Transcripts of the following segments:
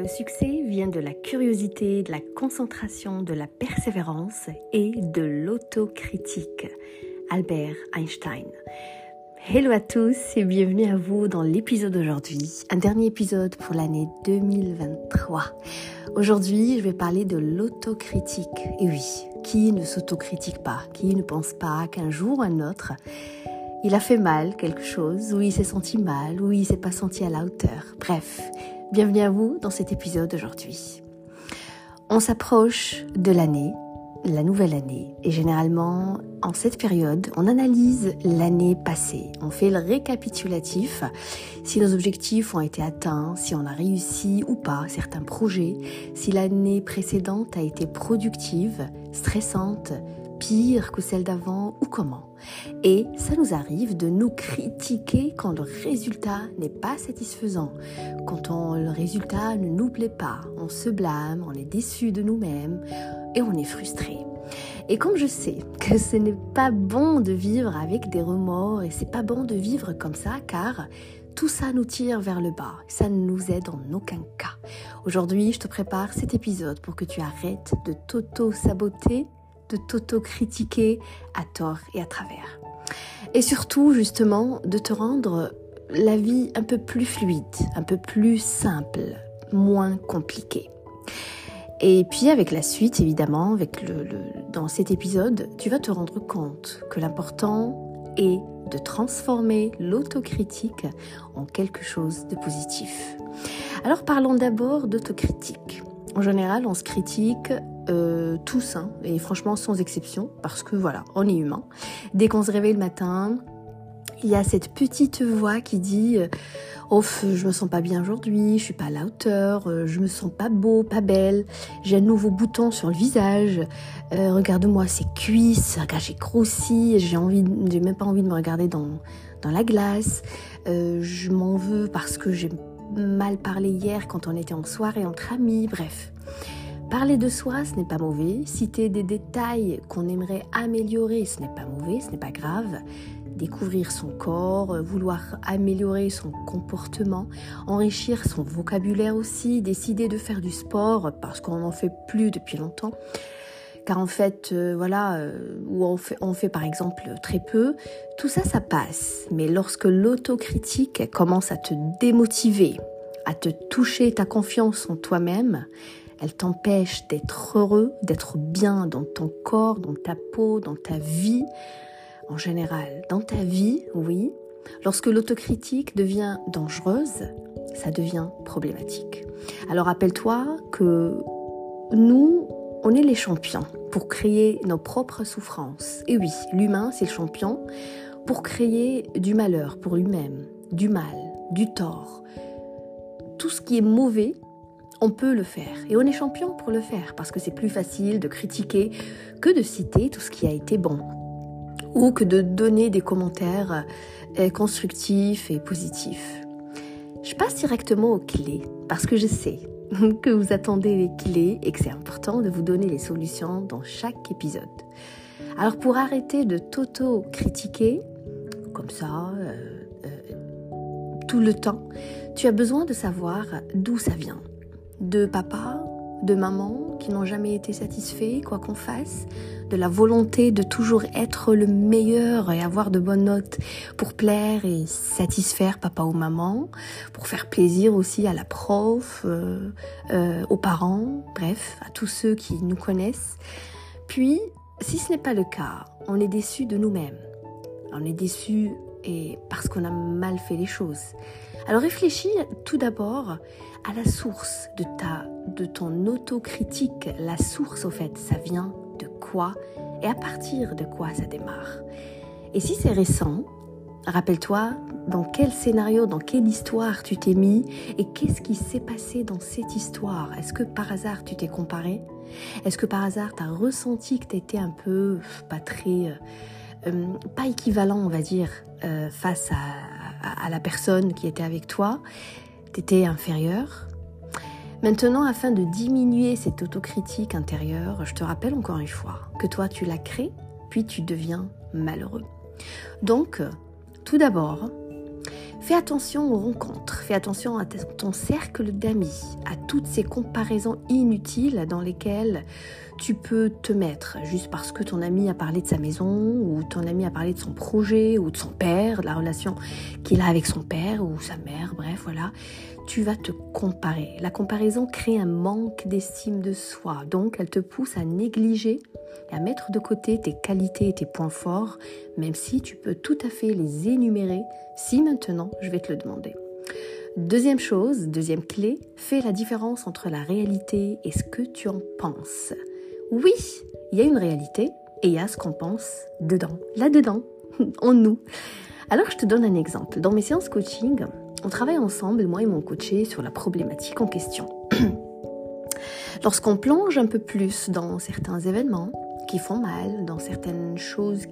Le succès vient de la curiosité, de la concentration, de la persévérance et de l'autocritique. Albert Einstein. Hello à tous et bienvenue à vous dans l'épisode d'aujourd'hui. Un dernier épisode pour l'année 2023. Aujourd'hui, je vais parler de l'autocritique. Et oui, qui ne s'autocritique pas? Qui ne pense pas qu'un jour ou un autre, il a fait mal quelque chose, ou il s'est senti mal, ou il s'est pas senti à la hauteur. Bref, bienvenue à vous dans cet épisode d'aujourd'hui. On s'approche de l'année, la nouvelle année, et généralement, en cette période, on analyse l'année passée. On fait le récapitulatif, si nos objectifs ont été atteints, si on a réussi ou pas certains projets, si l'année précédente a été productive, stressante, pire que celle d'avant ou comment. Et ça nous arrive de nous critiquer quand le résultat n'est pas satisfaisant, quand le résultat ne nous plaît pas, on se blâme, on est déçu de nous-mêmes et on est frustré. Et comme je sais que ce n'est pas bon de vivre avec des remords et c'est pas bon de vivre comme ça car tout ça nous tire vers le bas, ça ne nous aide en aucun cas. Aujourd'hui, je te prépare cet épisode pour que tu arrêtes de t'auto-saboter, de t'auto-critiquer à tort et à travers. Et surtout, justement, de te rendre la vie un peu plus fluide, un peu plus simple, moins compliquée. Et puis avec la suite, évidemment, dans cet épisode, tu vas te rendre compte que l'important est de transformer l'autocritique en quelque chose de positif. Alors parlons d'abord d'autocritique. En général, on se critique tous, et franchement sans exception, parce que voilà, on est humain. Dès qu'on se réveille le matin, il y a cette petite voix qui dit « Oh, je me sens pas bien aujourd'hui, je suis pas à la hauteur, je me sens pas beau, pas belle, j'ai un nouveau bouton sur le visage, regarde-moi ces cuisses, regarde, j'ai grossi, j'ai même pas envie de me regarder dans la glace, je m'en veux parce que j'ai mal parlé hier quand on était en soirée entre amis, bref. » Parler de soi, ce n'est pas mauvais. Citer des détails qu'on aimerait améliorer, ce n'est pas mauvais, ce n'est pas grave. Découvrir son corps, vouloir améliorer son comportement, enrichir son vocabulaire aussi, décider de faire du sport parce qu'on n'en fait plus depuis longtemps. Car en fait, où on fait par exemple très peu, tout ça, ça passe. Mais lorsque l'autocritique commence à te démotiver, à te toucher ta confiance en toi-même, elle t'empêche d'être heureux, d'être bien dans ton corps, dans ta peau, dans ta vie, en général. Dans ta vie, oui. Lorsque l'autocritique devient dangereuse, ça devient problématique. Alors rappelle-toi que nous, on est les champions pour créer nos propres souffrances. Et oui, l'humain, c'est le champion pour créer du malheur pour lui-même, du mal, du tort. Tout ce qui est mauvais, on peut le faire et on est champion pour le faire parce que c'est plus facile de critiquer que de citer tout ce qui a été bon ou que de donner des commentaires constructifs et positifs. Je passe directement aux clés parce que je sais que vous attendez les clés et que c'est important de vous donner les solutions dans chaque épisode. Alors pour arrêter de t'auto-critiquer comme ça tout le temps, tu as besoin de savoir d'où ça vient. De papa, de maman qui n'ont jamais été satisfaits, quoi qu'on fasse, de la volonté de toujours être le meilleur et avoir de bonnes notes pour plaire et satisfaire papa ou maman, pour faire plaisir aussi à la prof, aux parents, bref, à tous ceux qui nous connaissent. Puis, si ce n'est pas le cas, on est déçu de nous-mêmes. On est déçu et parce qu'on a mal fait les choses. Alors réfléchis tout d'abord à la source de ton autocritique. La source, au fait, ça vient de quoi et à partir de quoi ça démarre. Et si c'est récent, rappelle-toi dans quel scénario, dans quelle histoire tu t'es mis et qu'est-ce qui s'est passé dans cette histoire. Est-ce que par hasard tu t'es comparé? Est-ce que par hasard tu as ressenti que tu étais un peu pas équivalent, on va dire, face à la personne qui était avec toi, tu étais inférieur. Maintenant, afin de diminuer cette autocritique intérieure, je te rappelle encore une fois que toi, tu la crées, puis tu deviens malheureux. Donc, tout d'abord, Fais attention aux rencontres, fais attention à ton cercle d'amis, à toutes ces comparaisons inutiles dans lesquelles tu peux te mettre juste parce que ton ami a parlé de sa maison ou ton ami a parlé de son projet ou de son père, de la relation qu'il a avec son père ou sa mère, bref, voilà. Tu vas te comparer. La comparaison crée un manque d'estime de soi, donc elle te pousse à négliger et à mettre de côté tes qualités et tes points forts, même si tu peux tout à fait les énumérer si maintenant je vais te le demander. Deuxième chose, deuxième clé, fais la différence entre la réalité et ce que tu en penses. Oui, il y a une réalité et il y a ce qu'on pense dedans, là-dedans, en nous. Alors je te donne un exemple. Dans mes séances coaching, on travaille ensemble, moi et mon coaché, sur la problématique en question. Lorsqu'on plonge un peu plus dans certains événements qui font mal, dans certaines choses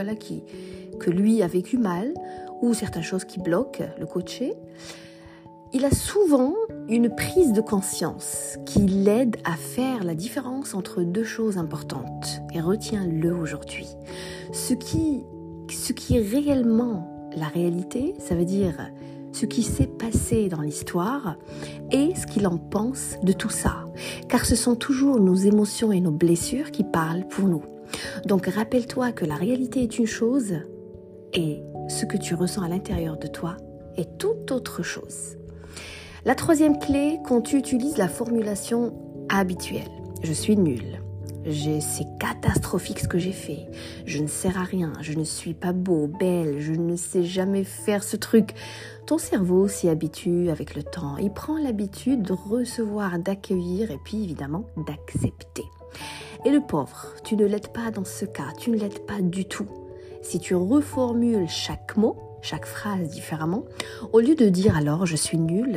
que lui a vécu mal, ou certaines choses qui bloquent le coaché, il a souvent une prise de conscience qui l'aide à faire la différence entre deux choses importantes. Et retiens-le aujourd'hui. Ce qui est réellement la réalité, ça veut dire ce qui s'est passé dans l'histoire et ce qu'il en pense de tout ça. Car ce sont toujours nos émotions et nos blessures qui parlent pour nous. Donc rappelle-toi que la réalité est une chose et ce que tu ressens à l'intérieur de toi est toute autre chose. La troisième clé, quand tu utilises la formulation habituelle. Je suis nulle. C'est catastrophique ce que j'ai fait. Je ne sers à rien. Je ne suis pas beau, belle. Je ne sais jamais faire ce truc. Ton cerveau s'y habitue avec le temps. Il prend l'habitude de recevoir, d'accueillir et puis évidemment d'accepter. Et le pauvre, tu ne l'aides pas dans ce cas. Tu ne l'aides pas du tout. Si tu reformules chaque mot, chaque phrase différemment, au lieu de dire alors je suis nulle,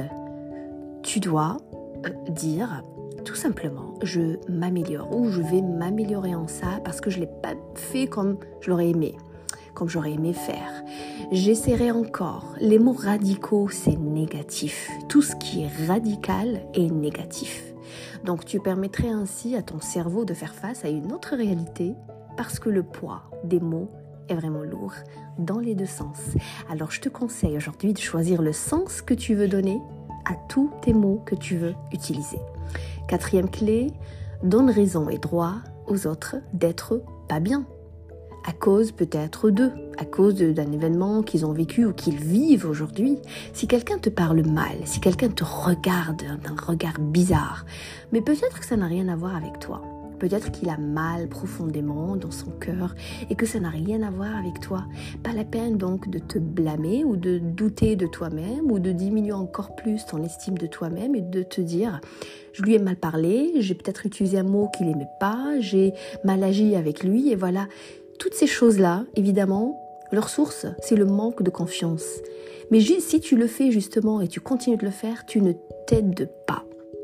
tu dois dire tout simplement je m'améliore ou je vais m'améliorer en ça parce que je ne l'ai pas fait comme je l'aurais aimé, comme j'aurais aimé faire. J'essaierai encore. Les mots radicaux, c'est négatif. Tout ce qui est radical est négatif. Donc tu permettrais ainsi à ton cerveau de faire face à une autre réalité parce que le poids des mots est vraiment lourd dans les deux sens. Alors je te conseille aujourd'hui de choisir le sens que tu veux donner à tous tes mots que tu veux utiliser. Quatrième clé, donne raison et droit aux autres d'être pas bien. À cause peut-être d'eux, à cause d'un événement qu'ils ont vécu ou qu'ils vivent aujourd'hui. Si quelqu'un te parle mal, si quelqu'un te regarde d'un regard bizarre, mais peut-être que ça n'a rien à voir avec toi. Peut-être qu'il a mal profondément dans son cœur et que ça n'a rien à voir avec toi. Pas la peine donc de te blâmer ou de douter de toi-même ou de diminuer encore plus ton estime de toi-même et de te dire « je lui ai mal parlé, j'ai peut-être utilisé un mot qu'il n'aimait pas, j'ai mal agi avec lui et voilà ». Toutes ces choses-là, évidemment, leur source, c'est le manque de confiance. Mais si tu le fais justement et tu continues de le faire, tu ne t'aides pas.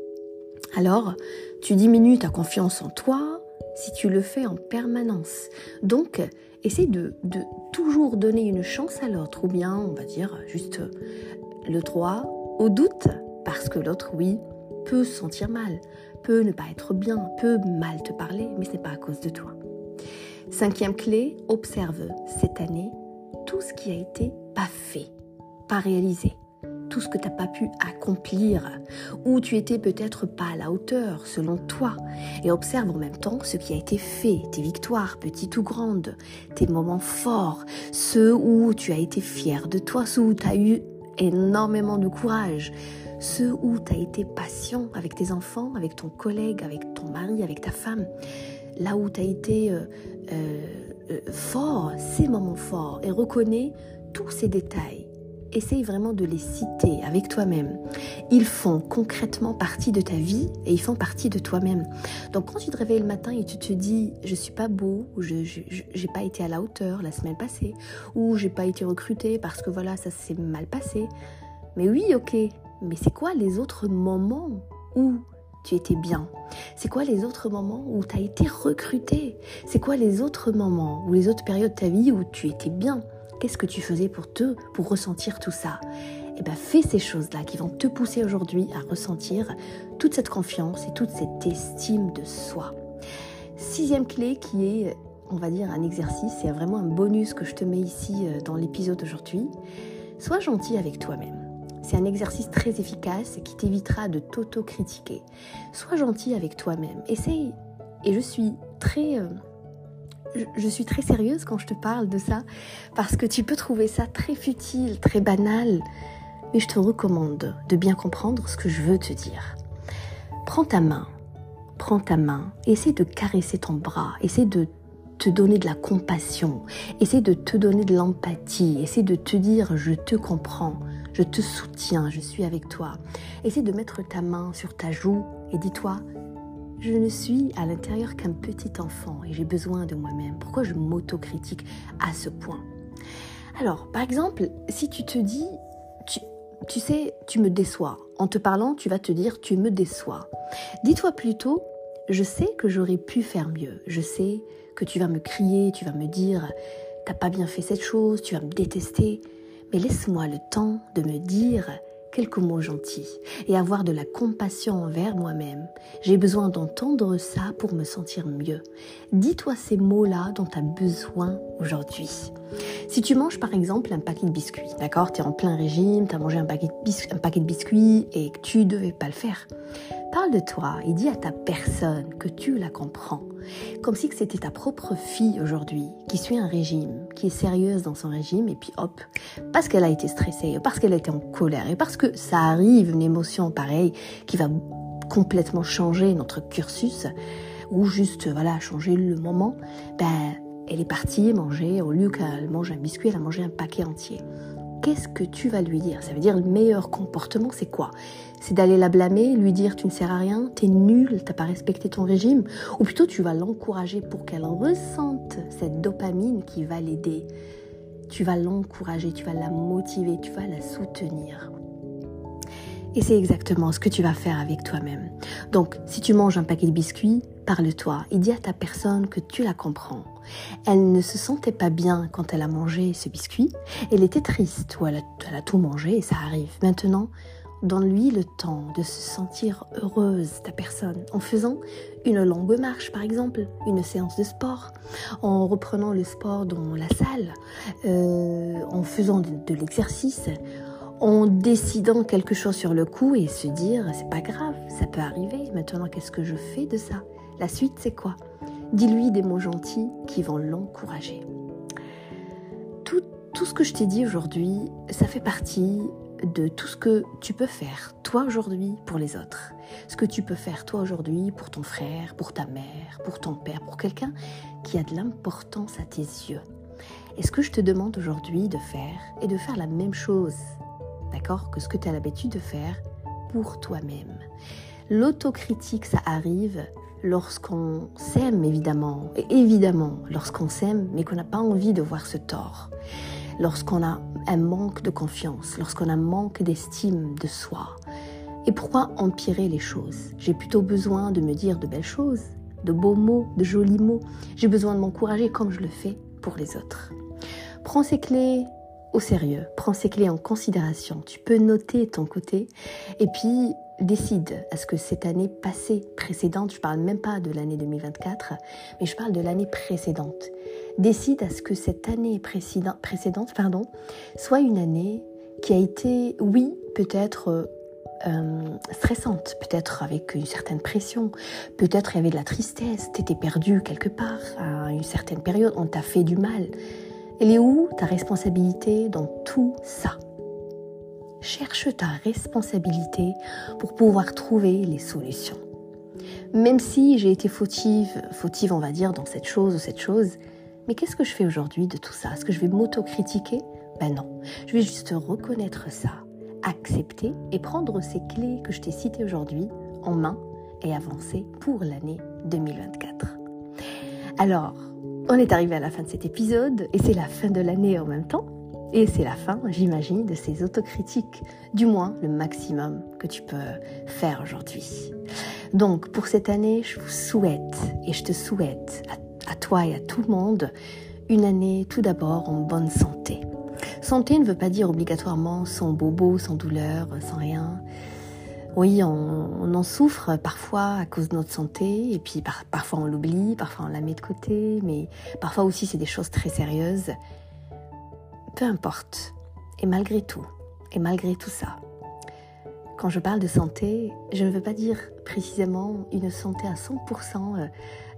Alors, tu diminues ta confiance en toi si tu le fais en permanence. Donc, essaie de toujours donner une chance à l'autre, ou bien, on va dire, juste le droit au doute, parce que l'autre, oui, peut se sentir mal, peut ne pas être bien, peut mal te parler, mais ce n'est pas à cause de toi. Cinquième clé, observe cette année tout ce qui a été pas fait, pas réalisé. Tout ce que tu n'as pas pu accomplir, ou tu étais peut-être pas à la hauteur selon toi, et observe en même temps ce qui a été fait, tes victoires, petites ou grandes, tes moments forts, ceux où tu as été fier de toi, ceux où tu as eu énormément de courage, ceux où tu as été patient avec tes enfants, avec ton collègue, avec ton mari, avec ta femme, là où tu as été fort, ces moments forts, et reconnais tous ces détails. Essaye vraiment de les citer avec toi-même. Ils font concrètement partie de ta vie et ils font partie de toi-même. Donc quand tu te réveilles le matin et tu te dis « je suis pas beau » ou « j'ai pas été à la hauteur la semaine passée » ou « j'ai pas été recruté parce que voilà, ça s'est mal passé ». Mais oui, ok, mais c'est quoi les autres moments où tu étais bien? C'est quoi les autres moments où tu as été recruté? C'est quoi les autres moments ou les autres périodes de ta vie où tu étais bien? Qu'est-ce que tu faisais pour ressentir tout ça? Eh bien, fais ces choses-là qui vont te pousser aujourd'hui à ressentir toute cette confiance et toute cette estime de soi. Sixième clé qui est, on va dire, un exercice, c'est vraiment un bonus que je te mets ici dans l'épisode d'aujourd'hui. Sois gentil avec toi-même. C'est un exercice très efficace qui t'évitera de t'auto-critiquer. Sois gentil avec toi-même. Essaye. Et je suis très sérieuse quand je te parle de ça, parce que tu peux trouver ça très futile, très banal. Mais je te recommande de bien comprendre ce que je veux te dire. Prends ta main, essaie de caresser ton bras, essaie de te donner de la compassion, essaie de te donner de l'empathie, essaie de te dire je te comprends, je te soutiens, je suis avec toi. Essaie de mettre ta main sur ta joue et dis-toi, je ne suis à l'intérieur qu'un petit enfant et j'ai besoin de moi-même. Pourquoi je m'autocritique à ce point? Alors, par exemple, si tu te dis, tu sais, tu me déçois. En te parlant, tu vas te dire, tu me déçois. Dis-toi plutôt, je sais que j'aurais pu faire mieux. Je sais que tu vas me crier, tu vas me dire, t'as pas bien fait cette chose, tu vas me détester. Mais laisse-moi le temps de me dire quelques mots gentils et avoir de la compassion envers moi-même. J'ai besoin d'entendre ça pour me sentir mieux. Dis-toi ces mots-là dont tu as besoin aujourd'hui. Si tu manges par exemple un paquet de biscuits, d'accord, tu es en plein régime, tu as mangé un paquet de biscuits et que tu ne devais pas le faire, parle de toi et dis à ta personne que tu la comprends. Comme si c'était ta propre fille aujourd'hui qui suit un régime, qui est sérieuse dans son régime et puis hop, parce qu'elle a été stressée, parce qu'elle a été en colère et parce que ça arrive une émotion pareille qui va complètement changer notre cursus ou juste changer le moment, elle est partie manger, au lieu qu'elle mange un biscuit, elle a mangé un paquet entier. Qu'est-ce que tu vas lui dire? Ça veut dire le meilleur comportement, c'est quoi? C'est d'aller la blâmer, lui dire tu ne sers à rien, t'es nul, t'as pas respecté ton régime, ou plutôt tu vas l'encourager pour qu'elle ressente cette dopamine qui va l'aider. Tu vas l'encourager, tu vas la motiver, tu vas la soutenir. Et c'est exactement ce que tu vas faire avec toi-même. Donc, si tu manges un paquet de biscuits, parle-toi et dis à ta personne que tu la comprends. Elle ne se sentait pas bien quand elle a mangé ce biscuit. Elle était triste ou elle a tout mangé et ça arrive. Maintenant, donne-lui le temps de se sentir heureuse, ta personne, en faisant une longue marche, par exemple, une séance de sport, en reprenant le sport dans la salle, en faisant de l'exercice, en décidant quelque chose sur le coup et se dire c'est pas grave, ça peut arriver, maintenant qu'est-ce que je fais de ça? La suite c'est quoi? Dis-lui des mots gentils qui vont l'encourager. Tout ce que je t'ai dit aujourd'hui, ça fait partie de tout ce que tu peux faire toi aujourd'hui pour les autres. Ce que tu peux faire toi aujourd'hui pour ton frère, pour ta mère, pour ton père, pour quelqu'un qui a de l'importance à tes yeux. Et ce que je te demande aujourd'hui de faire est de faire la même chose, d'accord, que ce que tu as l'habitude de faire pour toi-même. L'autocritique, ça arrive lorsqu'on s'aime, évidemment, et évidemment lorsqu'on s'aime, mais qu'on n'a pas envie de voir ce tort, lorsqu'on a un manque de confiance, lorsqu'on a un manque d'estime de soi. Et pourquoi empirer les choses? J'ai plutôt besoin de me dire de belles choses, de beaux mots, de jolis mots. J'ai besoin de m'encourager comme je le fais pour les autres. Prends ces clés au sérieux, prends ces clés en considération. Tu peux noter ton côté et puis décide à ce que cette année passée, précédente, je ne parle même pas de l'année 2024, mais je parle de l'année précédente. Décide à ce que cette année précédente, soit une année qui a été, oui, peut-être stressante, peut-être avec une certaine pression, peut-être il y avait de la tristesse, tu étais perdu quelque part à une certaine période, on t'a fait du mal. Elle est où ta responsabilité dans tout ça? Cherche ta responsabilité pour pouvoir trouver les solutions. Même si j'ai été fautive on va dire, dans cette chose ou cette chose, mais qu'est-ce que je fais aujourd'hui de tout ça? Est-ce que je vais m'autocritiquer? Ben non, je vais juste reconnaître ça, accepter et prendre ces clés que je t'ai citées aujourd'hui en main et avancer pour l'année 2024. Alors, on est arrivé à la fin de cet épisode et c'est la fin de l'année en même temps. Et c'est la fin, j'imagine, de ces autocritiques, du moins le maximum que tu peux faire aujourd'hui. Donc, pour cette année, je vous souhaite, et je te souhaite, à toi et à tout le monde, une année tout d'abord en bonne santé. Santé ne veut pas dire obligatoirement sans bobo, sans douleur, sans rien. Oui, on en souffre parfois à cause de notre santé, et puis parfois on l'oublie, parfois on la met de côté, mais parfois aussi c'est des choses très sérieuses. Peu importe, Et malgré tout ça, quand je parle de santé, je ne veux pas dire précisément une santé à 100%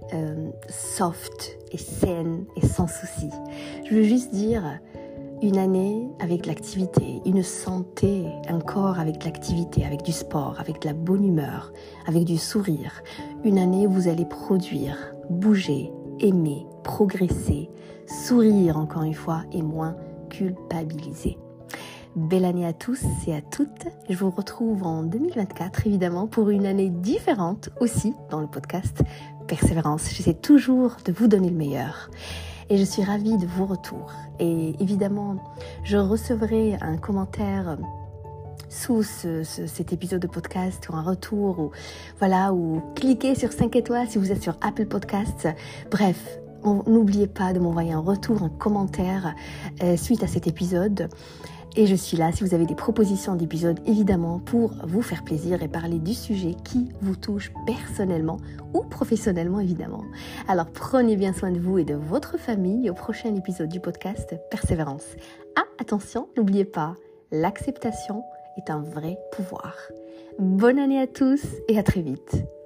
soft et saine et sans souci. Je veux juste dire une année avec l'activité, une santé, un corps avec l'activité, avec du sport, avec de la bonne humeur, avec du sourire. Une année où vous allez produire, bouger, aimer, progresser, sourire encore une fois et moins culpabiliser. Belle année à tous et à toutes. Je vous retrouve en 2024 évidemment pour une année différente aussi dans le podcast Persévérance. J'essaie toujours de vous donner le meilleur et je suis ravie de vos retours. Et évidemment, je recevrai un commentaire sous cet épisode de podcast ou un retour ou cliquez sur 5 étoiles si vous êtes sur Apple Podcasts. Bref, n'oubliez pas de m'envoyer un retour, un commentaire suite à cet épisode. Et je suis là si vous avez des propositions d'épisodes, évidemment, pour vous faire plaisir et parler du sujet qui vous touche personnellement ou professionnellement, évidemment. Alors, prenez bien soin de vous et de votre famille au prochain épisode du podcast Persévérance. Ah, attention, n'oubliez pas, l'acceptation est un vrai pouvoir. Bonne année à tous et à très vite.